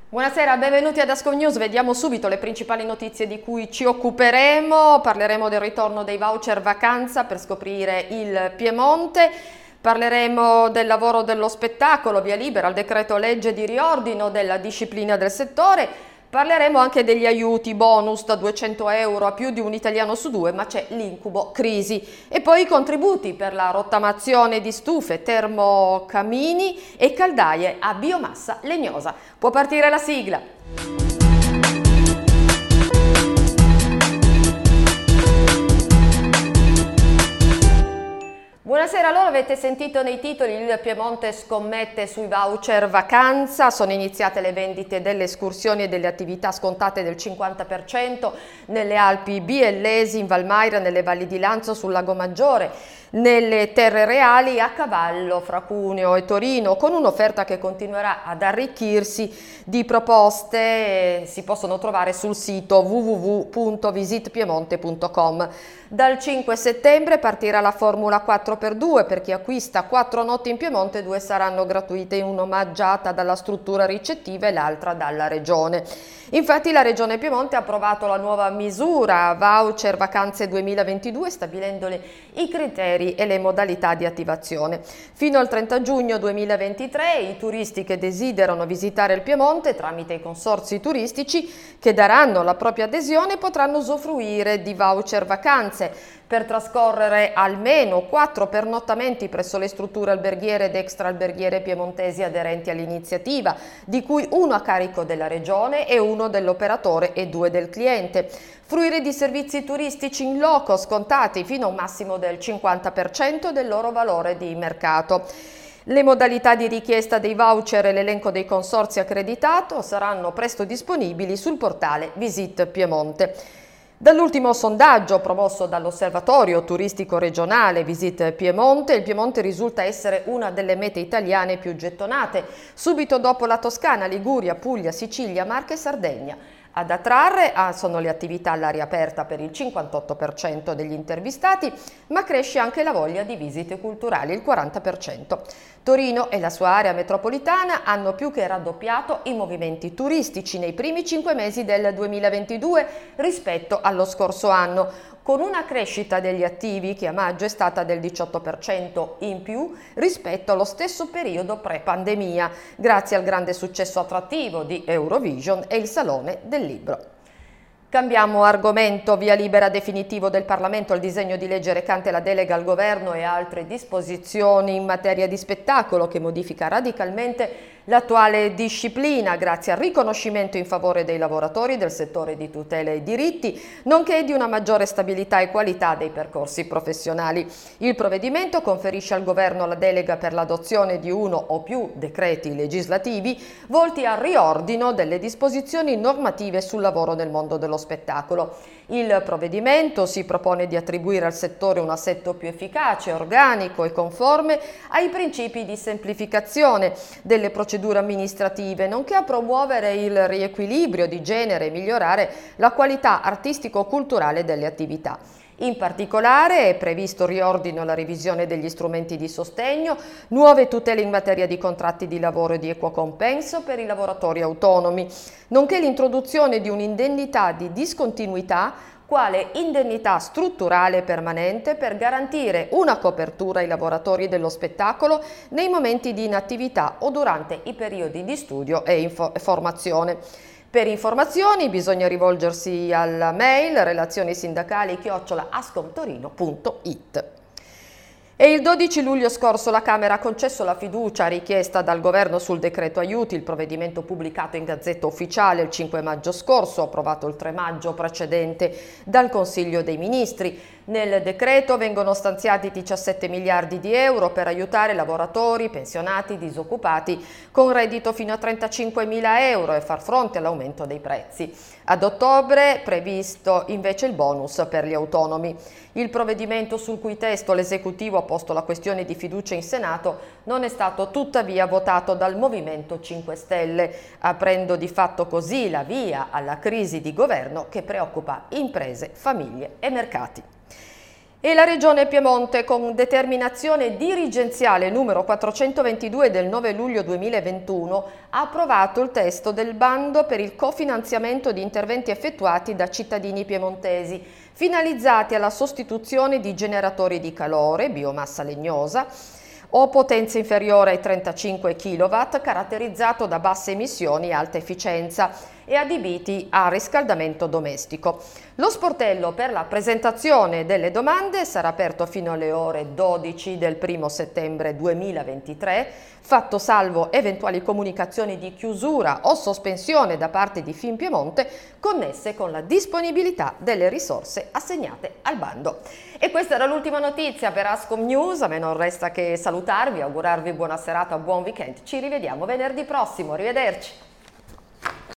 Buonasera, benvenuti ad Ascom News. Vediamo subito le principali notizie di cui ci occuperemo. Parleremo del ritorno dei voucher vacanza per scoprire il Piemonte. Parleremo del lavoro dello spettacolo, via libera al decreto legge di riordino della disciplina del settore. Parleremo anche degli aiuti bonus da 200 euro a più di un italiano su due, ma c'è l'incubo crisi. E poi i contributi per la rottamazione di stufe, termocamini e caldaie a biomassa legnosa. Può partire la sigla. Buonasera, allora avete sentito nei titoli il Piemonte scommette sui voucher vacanza, sono iniziate le vendite delle escursioni e delle attività scontate del 50% nelle Alpi Biellesi, in Valmaira, nelle valli di Lanzo, sul Lago Maggiore, nelle Terre Reali, a cavallo fra Cuneo e Torino, con un'offerta che continuerà ad arricchirsi di proposte, si possono trovare sul sito www.visitpiemonte.com. Dal 5 settembre partirà la Formula 4x2, per chi acquista 4 notti in Piemonte, 2 saranno gratuite, una omaggiata dalla struttura ricettiva e l'altra dalla Regione. Infatti la Regione Piemonte ha approvato la nuova misura Voucher Vacanze 2022, stabilendole i criteri e le modalità di attivazione. Fino al 30 giugno 2023 i turisti che desiderano visitare il Piemonte tramite i consorzi turistici che daranno la propria adesione potranno usufruire di voucher vacanze per trascorrere almeno 4 pernottamenti presso le strutture alberghiere ed extraalberghiere piemontesi aderenti all'iniziativa, di cui uno a carico della Regione e uno dell'operatore e 2 del cliente. Fruire di servizi turistici in loco scontati fino a un massimo del 50% del loro valore di mercato. Le modalità di richiesta dei voucher e l'elenco dei consorzi accreditato saranno presto disponibili sul portale Visit Piemonte. Dall'ultimo sondaggio promosso dall'Osservatorio Turistico Regionale Visit Piemonte, il Piemonte risulta essere una delle mete italiane più gettonate, subito dopo la Toscana, Liguria, Puglia, Sicilia, Marche e Sardegna. Ad attrarre sono le attività all'aria aperta per il 58% degli intervistati, ma cresce anche la voglia di visite culturali, il 40%. Torino e la sua area metropolitana hanno più che raddoppiato i movimenti turistici nei primi 5 mesi del 2022 rispetto allo scorso anno, con una crescita degli attivi che a maggio è stata del 18% in più rispetto allo stesso periodo pre-pandemia, grazie al grande successo attrattivo di Eurovision e il Salone del Libro. Cambiamo argomento, via libera definitivo del Parlamento al disegno di legge recante la delega al governo e altre disposizioni in materia di spettacolo che modifica radicalmente l'attuale disciplina grazie al riconoscimento in favore dei lavoratori del settore di tutela e diritti, nonché di una maggiore stabilità e qualità dei percorsi professionali. Il provvedimento conferisce al governo la delega per l'adozione di uno o più decreti legislativi volti al riordino delle disposizioni normative sul lavoro nel mondo dello spettacolo. Il provvedimento si propone di attribuire al settore un assetto più efficace, organico e conforme ai principi di semplificazione delle procedure amministrative, nonché a promuovere il riequilibrio di genere e migliorare la qualità artistico-culturale delle attività. In particolare è previsto il riordino e la revisione degli strumenti di sostegno, nuove tutele in materia di contratti di lavoro e di equo compenso per i lavoratori autonomi, nonché l'introduzione di un'indennità di discontinuità quale indennità strutturale permanente per garantire una copertura ai lavoratori dello spettacolo nei momenti di inattività o durante i periodi di studio e formazione. Per informazioni bisogna rivolgersi alla mail relazioni-sindacali@ascomtorino.it. E il 12 luglio scorso la Camera ha concesso la fiducia richiesta dal Governo sul decreto aiuti, il provvedimento pubblicato in Gazzetta Ufficiale il 5 maggio scorso, approvato il 3 maggio precedente dal Consiglio dei Ministri. Nel decreto vengono stanziati 17 miliardi di euro per aiutare lavoratori, pensionati, disoccupati con reddito fino a 35.000 euro e far fronte all'aumento dei prezzi. Ad ottobre è previsto invece il bonus per gli autonomi. Il provvedimento sul cui testo l'esecutivo ha posto la questione di fiducia in Senato non è stato tuttavia votato dal Movimento 5 Stelle, aprendo di fatto così la via alla crisi di governo che preoccupa imprese, famiglie e mercati. E la Regione Piemonte, con determinazione dirigenziale numero 422 del 9 luglio 2021, ha approvato il testo del bando per il cofinanziamento di interventi effettuati da cittadini piemontesi, finalizzati alla sostituzione di generatori di calore, biomassa legnosa, o potenza inferiore ai 35 kW, caratterizzato da basse emissioni e alta efficienza e adibiti a riscaldamento domestico. Lo sportello per la presentazione delle domande sarà aperto fino alle ore 12 del 1 settembre 2023, fatto salvo eventuali comunicazioni di chiusura o sospensione da parte di Finpiemonte connesse con la disponibilità delle risorse assegnate al bando. E questa era l'ultima notizia per Ascom News. A me non resta che salutarvi, augurarvi buona serata, buon weekend. Ci rivediamo venerdì prossimo, arrivederci.